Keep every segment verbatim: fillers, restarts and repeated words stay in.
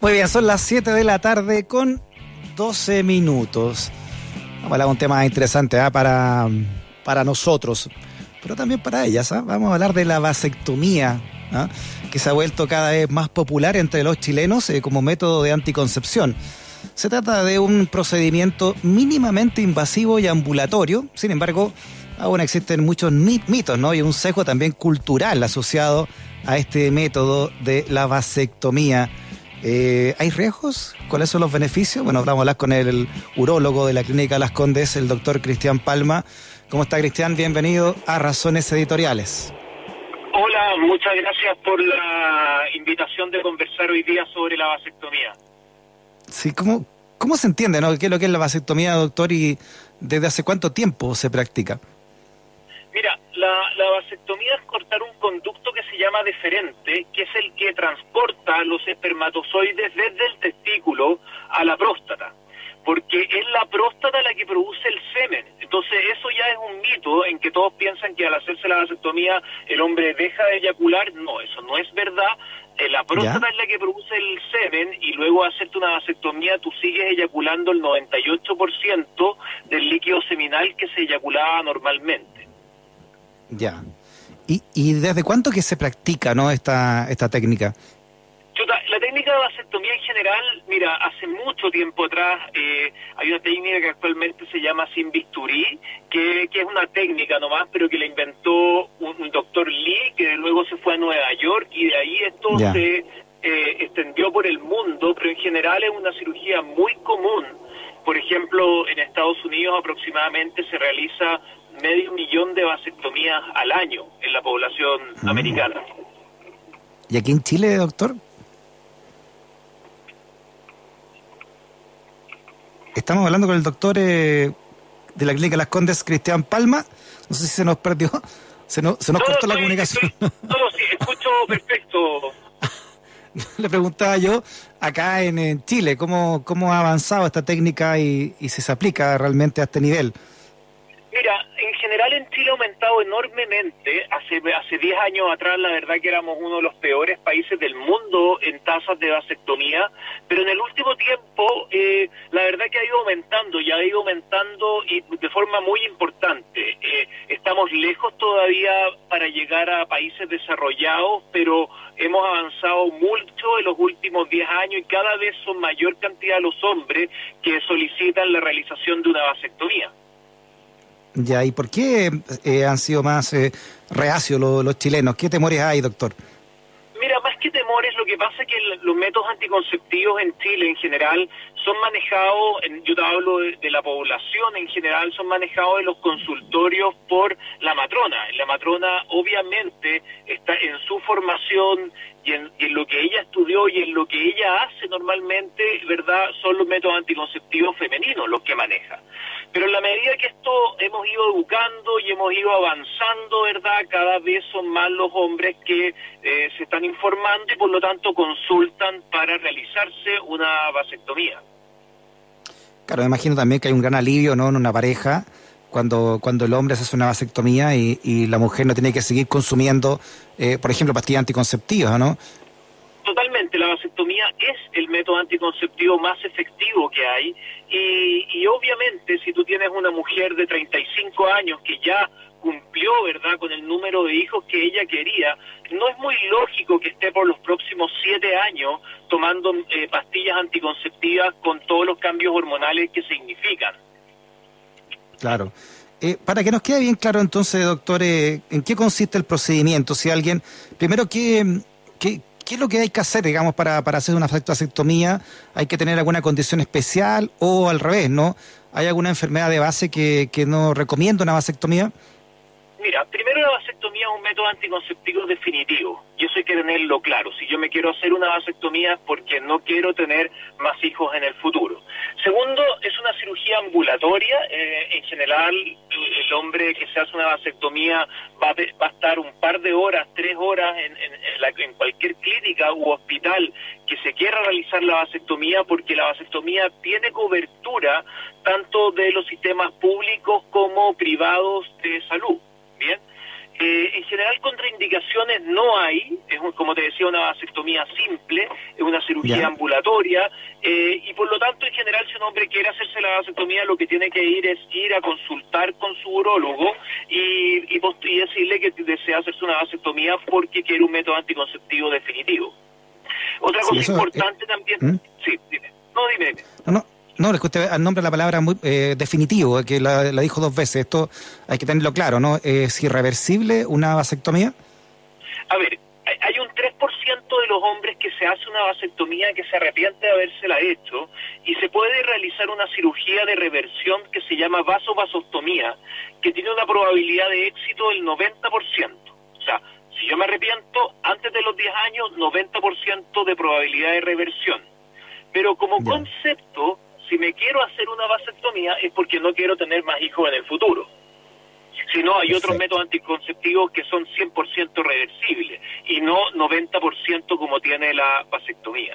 Muy bien, son las siete de la tarde con doce minutos. Vamos a hablar de un tema interesante ¿eh? para, para nosotros, pero también para ellas. ¿eh? Vamos a hablar de la vasectomía, ¿eh? que se ha vuelto cada vez más popular entre los chilenos eh, como método de anticoncepción. Se trata de un procedimiento mínimamente invasivo y ambulatorio. Sin embargo, aún existen muchos mitos, ¿no? Y un sesgo también cultural asociado a este método de la vasectomía. Eh, ¿Hay riesgos? ¿Cuáles son los beneficios? Bueno, vamos a hablar con el urólogo de la Clínica Las Condes, el doctor Cristian Palma. ¿Cómo está, Cristian? Bienvenido a Razones Editoriales. Hola, muchas gracias por la invitación de conversar hoy día sobre la vasectomía. Sí, ¿cómo, cómo se entiende, ¿no? ¿Qué es lo que es la vasectomía, doctor, y desde hace cuánto tiempo se practica? Mira, la, la vasectomía es cortar un conducto que se llama deferente, que es el que transporta los espermatozoides desde el testículo a la próstata, porque es la próstata la que produce el semen. Entonces eso ya es un mito en que todos piensan que al hacerse la vasectomía el hombre deja de eyacular. No, eso no es verdad. Eh, la próstata ¿Ya? es la que produce el semen, y luego de hacerte una vasectomía tú sigues eyaculando el noventa y ocho por ciento del líquido seminal que se eyaculaba normalmente. Ya. ¿Y, y desde cuánto que se practica, no, esta esta técnica? Chuta, la técnica de vasectomía en general, mira, hace mucho tiempo atrás eh, hay una técnica que actualmente se llama sin bisturí, que, que es una técnica nomás, pero que la inventó un, un doctor Lee, que luego se fue a Nueva York, y de ahí esto yeah. se eh, extendió por el mundo, pero en general es una cirugía muy común. Por ejemplo, en Estados Unidos aproximadamente se realiza medio millón de vasectomías al año en la población mm. americana. ¿Y aquí en Chile, doctor? Estamos hablando con el doctor eh, de la Clínica Las Condes, Cristian Palma. No sé si se nos perdió, se nos, se nos no, cortó no, la comunicación. Estoy, no, no, sí, escucho perfecto. Le preguntaba yo, acá en, en Chile, ¿cómo, cómo ha avanzado esta técnica y, y si se aplica realmente a este nivel? Mira, en general en Chile ha aumentado enormemente. Hace hace diez años atrás la verdad que éramos uno de los peores países del mundo en tasas de vasectomía, pero en el último tiempo eh, la verdad que ha ido aumentando, y ha ido aumentando y de forma muy importante. Eh, estamos lejos todavía para llegar a países desarrollados, pero hemos avanzado mucho en los últimos diez años y cada vez son mayor cantidad los hombres que solicitan la realización de una vasectomía. Ya, ¿y por qué eh, han sido más eh, reacios los, los chilenos? ¿Qué temores hay, doctor? Mira, más que temores, lo que pasa es que los métodos anticonceptivos en Chile en general son manejados, en, yo te hablo de, de la población en general, son manejados en los consultorios por la matrona. La matrona obviamente está en su formación y en, y en lo que ella estudió y en lo que ella hace normalmente, ¿verdad? Son los métodos anticonceptivos femeninos los que maneja. Pero en la medida que esto hemos ido educando y hemos ido avanzando, ¿verdad? Cada vez son más los hombres que eh, se están informando y por lo tanto consultan para realizarse una vasectomía. Claro, me imagino también que hay un gran alivio, ¿no?, en una pareja cuando cuando el hombre se hace una vasectomía y, y la mujer no tiene que seguir consumiendo, eh, por ejemplo, pastillas anticonceptivas, ¿no? Totalmente, la vasectomía es el método anticonceptivo más efectivo que hay y, y obviamente si tú tienes una mujer de treinta y cinco años que ya cumplió, ¿verdad?, con el número de hijos que ella quería, no es muy lógico que esté por los próximos siete años tomando eh, pastillas anticonceptivas con todos los cambios hormonales que significan. Claro. Eh, para que nos quede bien claro entonces, doctor, eh, ¿en qué consiste el procedimiento? Si alguien, primero, ¿qué, qué, qué es lo que hay que hacer, digamos, para, para hacer una vasectomía? ¿Hay que tener alguna condición especial o al revés, no? ¿Hay alguna enfermedad de base que, que no recomienda una vasectomía? Mira, primero la vasectomía es un método anticonceptivo definitivo, y eso hay que tenerlo claro. Si yo me quiero hacer una vasectomía es porque no quiero tener más hijos en el futuro. Segundo, es una cirugía ambulatoria. Eh, en general, el hombre que se hace una vasectomía va a, va a estar un par de horas, tres horas en, en, en, la, en cualquier clínica u hospital que se quiera realizar la vasectomía, porque la vasectomía tiene cobertura tanto de los sistemas públicos como privados de salud. Bien, Eh, en general contraindicaciones no hay, es un, como te decía, una vasectomía simple, es una cirugía Ya. ambulatoria, eh, y por lo tanto en general si un hombre quiere hacerse la vasectomía lo que tiene que ir es ir a consultar con su urólogo y, y, post- y decirle que desea hacerse una vasectomía porque quiere un método anticonceptivo definitivo. Otra Sí, cosa eso, importante eh, también, ¿Mm? sí, dime, no dime, dime. No, no, no, es que usted nombra la palabra muy eh, definitivo, que la, la dijo dos veces. Esto hay que tenerlo claro, ¿no? ¿Es irreversible una vasectomía? A ver, hay hay un tres por ciento de los hombres que se hace una vasectomía que se arrepiente de habérsela hecho y se puede realizar una cirugía de reversión que se llama vasovasectomía, que tiene una probabilidad de éxito del noventa por ciento. O sea, si yo me arrepiento, antes de los diez años, noventa por ciento de probabilidad de reversión. Pero como Ya. concepto, si me quiero hacer una vasectomía es porque no quiero tener más hijos en el futuro. Si no, hay Perfecto. otros métodos anticonceptivos que son cien por ciento reversibles y no noventa por ciento como tiene la vasectomía.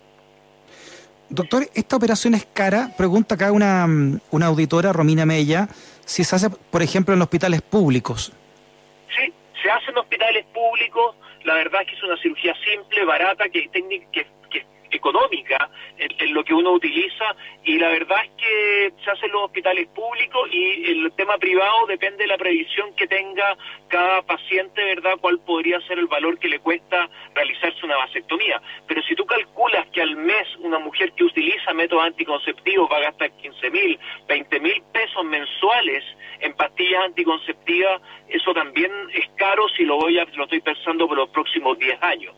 Doctor, ¿esta operación es cara? Pregunta acá una, mm, una auditora, Romina Mella, si se hace, por ejemplo, en hospitales públicos. Sí, se hace en hospitales públicos, la verdad es que es una cirugía simple, barata, que, técnica, que, que es económica en, en lo que uno utiliza, y la verdad es que se hace en los hospitales públicos y el tema privado depende de la previsión que tenga cada paciente, ¿verdad?, cuál podría ser el valor que le cuesta realizarse una vasectomía. Pero si tú calculas que al mes una mujer que utiliza métodos anticonceptivos va a gastar quince mil, veinte mil pesos mensuales en pastillas anticonceptivas, eso también es caro si lo voy a, lo estoy pensando por los próximos diez años.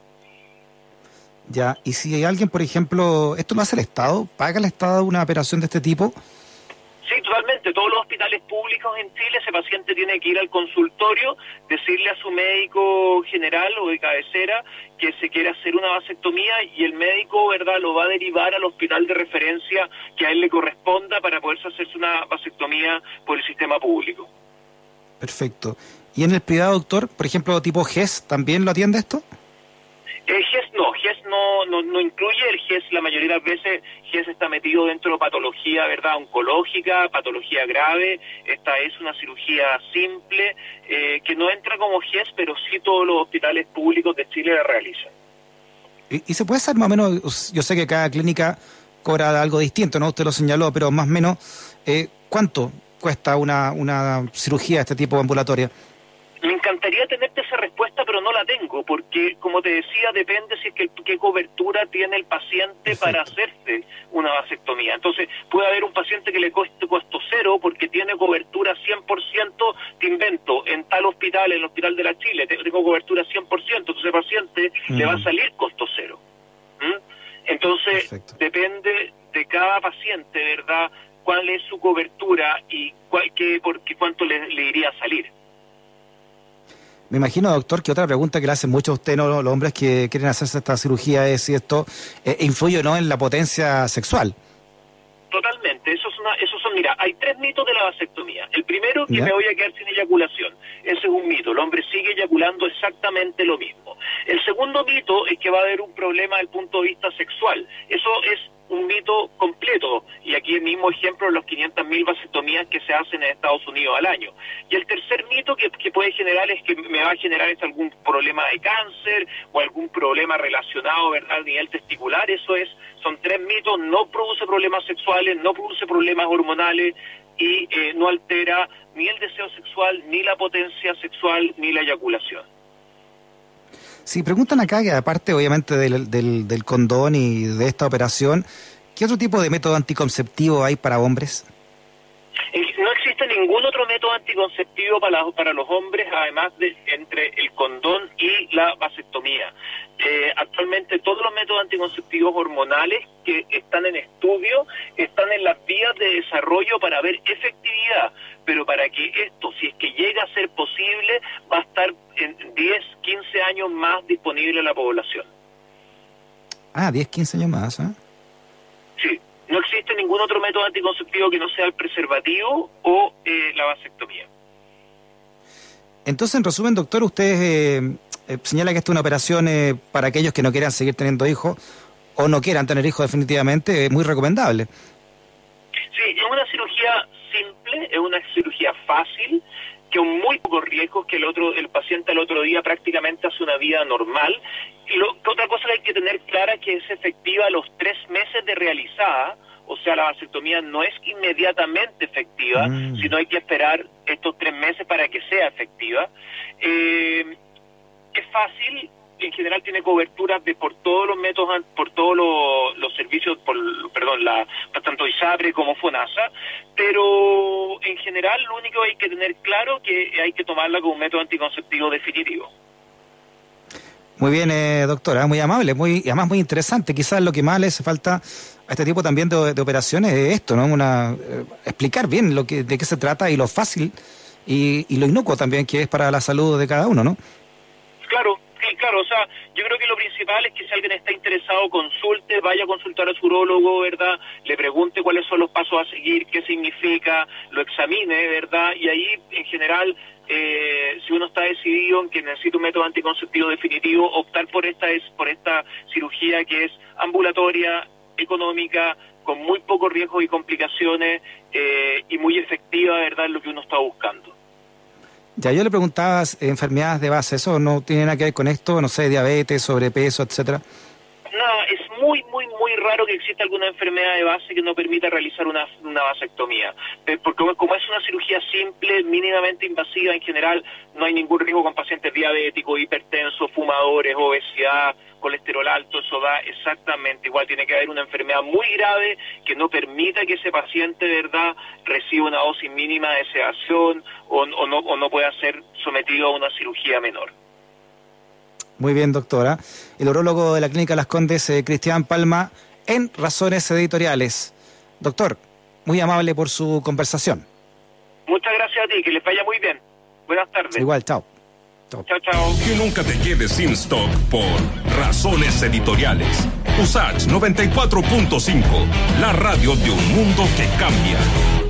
Ya, y si hay alguien, por ejemplo, ¿esto lo hace el Estado? ¿Paga el Estado una operación de este tipo? Sí, totalmente. Todos los hospitales públicos en Chile, ese paciente tiene que ir al consultorio, decirle a su médico general o de cabecera que se quiere hacer una vasectomía y el médico, ¿verdad?, lo va a derivar al hospital de referencia que a él le corresponda para poderse hacerse una vasectomía por el sistema público. Perfecto. ¿Y en el privado, doctor, por ejemplo, tipo G E S, también lo atiende esto? El G E S no, G E S no, no, no incluye, el G E S la mayoría de las veces, G E S está metido dentro de patología, ¿verdad?, oncológica, patología grave. Esta es una cirugía simple, eh, que no entra como G E S, pero sí todos los hospitales públicos de Chile la realizan. ¿Y, y se puede saber más o menos, yo sé que cada clínica cobra algo distinto, ¿no? Usted lo señaló, pero más o menos, eh, ¿cuánto cuesta una, una cirugía de este tipo ambulatoria? Me encantaría tenerte esa respuesta, pero no la tengo, porque, como te decía, depende si es que qué cobertura tiene el paciente. Perfecto. Para hacerse una vasectomía. Entonces, puede haber un paciente que le cueste costo cero porque tiene cobertura cien por ciento, te invento, en tal hospital, en el Hospital de la Chile, tengo cobertura cien por ciento, entonces ese paciente mm. le va a salir costo cero. ¿Mm? Entonces, Perfecto. Depende de cada paciente, ¿verdad?, cuál es su cobertura y cuál, qué, porque cuánto le, le iría a salir. Me imagino, doctor, que otra pregunta que le hacen mucho a usted, ¿no?, los hombres que quieren hacerse esta cirugía, es si esto eh, influye o no en la potencia sexual. Totalmente, eso es una, esos son, mira, hay tres mitos de la vasectomía. El primero, que ¿Ya? me voy a quedar sin eyaculación. Ese es un mito, el hombre sigue eyaculando exactamente lo mismo. El segundo mito es que va a haber un problema desde el punto de vista sexual. Eso es un mito completo, y aquí el mismo ejemplo de los quinientas mil vasectomías que se hacen en Estados Unidos al año. Y el tercer mito que, que puede generar es que me va a generar es algún problema de cáncer o algún problema relacionado, ¿verdad?, al nivel testicular. Eso es, son tres mitos, no produce problemas sexuales, no produce problemas hormonales y eh, no altera ni el deseo sexual, ni la potencia sexual, ni la eyaculación. Sí, preguntan acá que aparte obviamente del, del, del condón y de esta operación, ¿qué otro tipo de método anticonceptivo hay para hombres? No existe ningún otro método anticonceptivo para, la, para los hombres, además de entre el condón y la vasectomía. Eh, actualmente todos los métodos anticonceptivos hormonales que están en estudio están en las vías de desarrollo para ver efectividad, pero para que esto, si es que llega a ser posible, va a estar en diez, quince años más disponible a la población. Ah, diez, quince años más, ¿eh? Sí. No existe ningún otro método anticonceptivo que no sea el preservativo o eh, la vasectomía. Entonces, en resumen, doctor, usted eh, eh, señala que esta es una operación eh, para aquellos que no quieran seguir teniendo hijos o no quieran tener hijos definitivamente, es muy recomendable. Sí, es una cirugía simple, es una cirugía fácil, con muy pocos riesgos, que el otro el paciente al otro día prácticamente hace una vida normal. Y lo, otra cosa que hay que tener clara es que es efectiva a los tres meses de realizada, o sea, la vasectomía no es inmediatamente efectiva, mm. sino hay que esperar estos tres meses para que sea efectiva. Eh, es fácil, en general tiene cobertura de por todos los métodos, por todos los, los servicios, por perdón, la tanto ISAPRE como FONASA, pero en general lo único que hay que tener claro es que hay que tomarla como un método anticonceptivo definitivo. Muy bien, eh, doctora, muy amable, muy además muy interesante. Quizás lo que más le hace falta a este tipo también de, de operaciones es esto, ¿no? Una eh, explicar bien lo que de qué se trata y lo fácil y, y lo inocuo también que es para la salud de cada uno, ¿no? Claro, sí, claro, o sea, yo creo que lo principal es que si alguien está interesado, consulte, vaya a consultar a su urólogo, ¿verdad? Le pregunte cuáles son los pasos a seguir, qué significa, lo examine, ¿verdad? Y ahí, en general, eh, si uno está decidido en que necesita un método anticonceptivo definitivo, optar por esta es por esta cirugía que es ambulatoria, económica, con muy pocos riesgos y complicaciones eh, y muy efectiva, ¿verdad?, en lo que uno está buscando. Ya, yo le preguntaba enfermedades de base, ¿eso no tiene nada que ver con esto? No sé, diabetes, sobrepeso, etcétera. No, es muy, muy, muy raro que exista alguna enfermedad de base que no permita realizar una, una vasectomía. Porque como es una cirugía simple, mínimamente invasiva, en general no hay ningún riesgo con pacientes diabéticos, hipertensos, fumadores, obesidad, colesterol alto. Eso da exactamente igual. Tiene que haber una enfermedad muy grave que no permita que ese paciente, de verdad, reciba una dosis mínima de sedación o, o, no, o no pueda ser sometido a una cirugía menor. Muy bien, doctora. El urólogo de la Clínica Las Condes, eh, Cristian Palma, en Razones Editoriales. Doctor, muy amable por su conversación. Muchas gracias a ti, que les vaya muy bien. Buenas tardes. Igual, chao. Chao, chao. Que nunca te quedes sin stock por Razones Editoriales. U S A C noventa y cuatro punto cinco, la radio de un mundo que cambia.